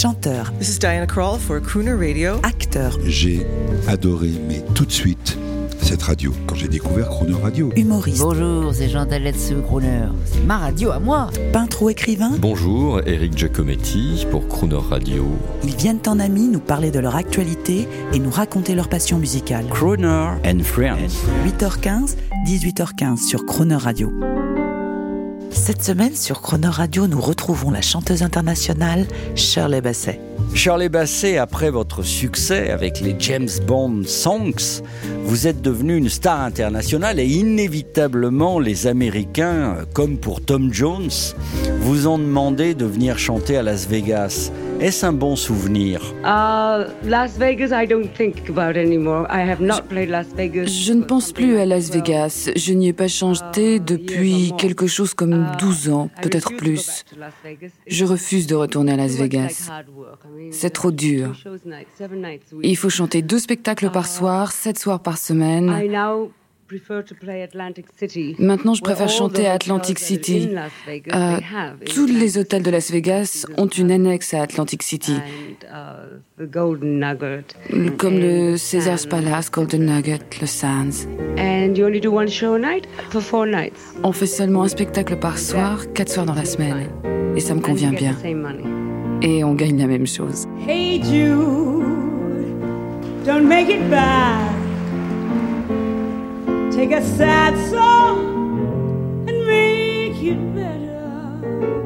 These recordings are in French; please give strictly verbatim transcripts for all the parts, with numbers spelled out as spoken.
Chanteur. This is Diana Krall for Crooner Radio. Acteur. J'ai adoré, mais tout de suite, cette radio, quand j'ai découvert Crooner Radio. Humoriste. Bonjour, c'est Jean Daletsu, Crooner. C'est ma radio à moi. Peintre ou écrivain. Bonjour, Eric Giacometti pour Crooner Radio. Ils viennent en amis nous parler de leur actualité et nous raconter leur passion musicale. Crooner and Friends. huit heures quinze, dix-huit heures quinze sur Crooner Radio. Cette semaine, sur Crooner Radio, nous retrouvons la chanteuse internationale Shirley Bassey. Shirley Bassey, après votre succès avec les James Bond Songs, vous êtes devenue une star internationale et inévitablement les Américains, comme pour Tom Jones, vous ont demandé de venir chanter à Las Vegas. Est-ce un bon souvenir? Uh, Las Vegas, I don't think about anymore. I have not played Las Vegas. Je ne pense plus à Las Vegas. Je n'y ai pas chanté depuis quelque chose comme douze ans, peut-être plus. Je refuse de retourner à Las Vegas. C'est trop dur. Il faut chanter deux spectacles par soir, sept soirs par semaine. Maintenant, je préfère chanter à Atlantic City. Euh, tous les hôtels de Las Vegas ont une annexe à Atlantic City, comme le Caesars Palace, Golden Nugget, le Sands. On fait seulement un spectacle par soir, quatre soirs dans la semaine. Et ça me convient bien. Et on gagne la même chose. Hey Jude, don't make it bad. Take a sad song and make it better.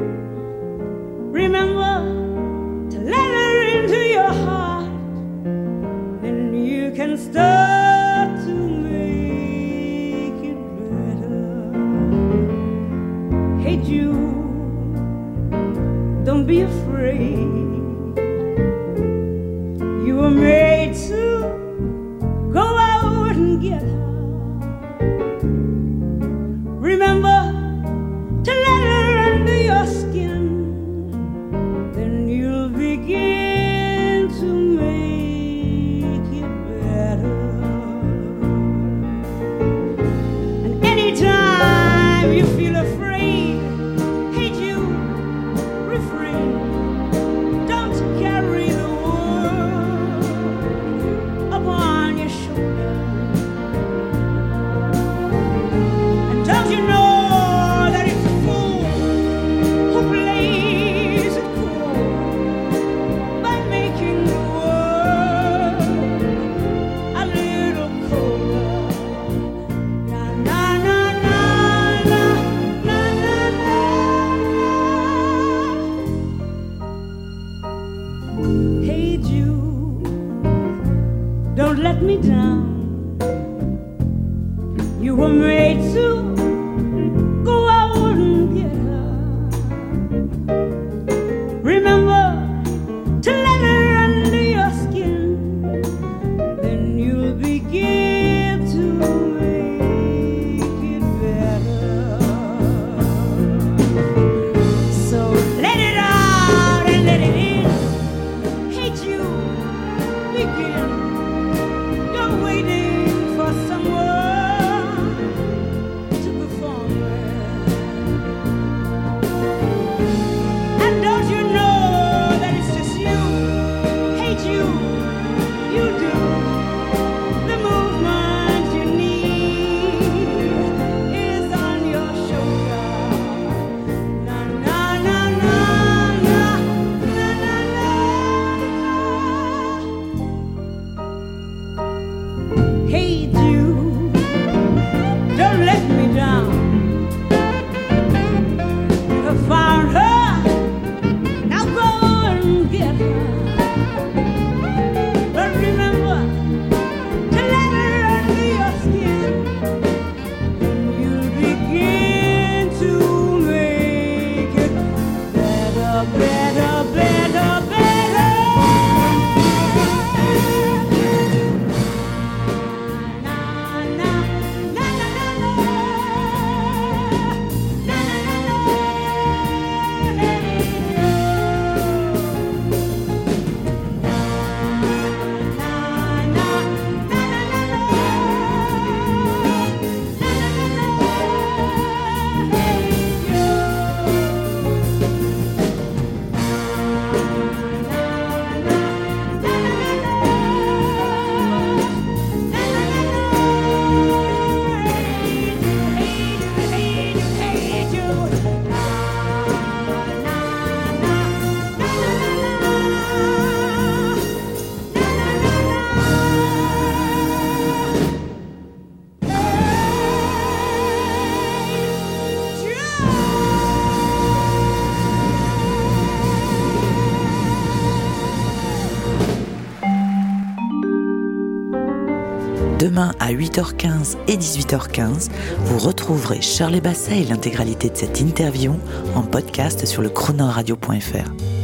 Remember to let her into your heart, and you can start to make it better. Hey Jude, don't be afraid. You were made to go out and get her. Remember to let her under your skin, then you'll begin to make it better. And anytime you feel afraid, hey Jude, refrain. Don't carry the world upon your shoulder. Don't you know that it's a fool who plays it cool by making the world a little colder? Na na na na na na na na. Hey Jude, don't let me down. You were made to go out and get her. Remember to let her under your skin, then you'll begin to make it better. So let it out and let it in. Hey Jude, begin. You're waiting for someone. Hey Jude, don't let me down. I found her. Demain à huit heures quinze et dix-huit heures quinze, vous retrouverez Shirley Bassey et l'intégralité de cette interview en podcast sur le chrono radio point f r.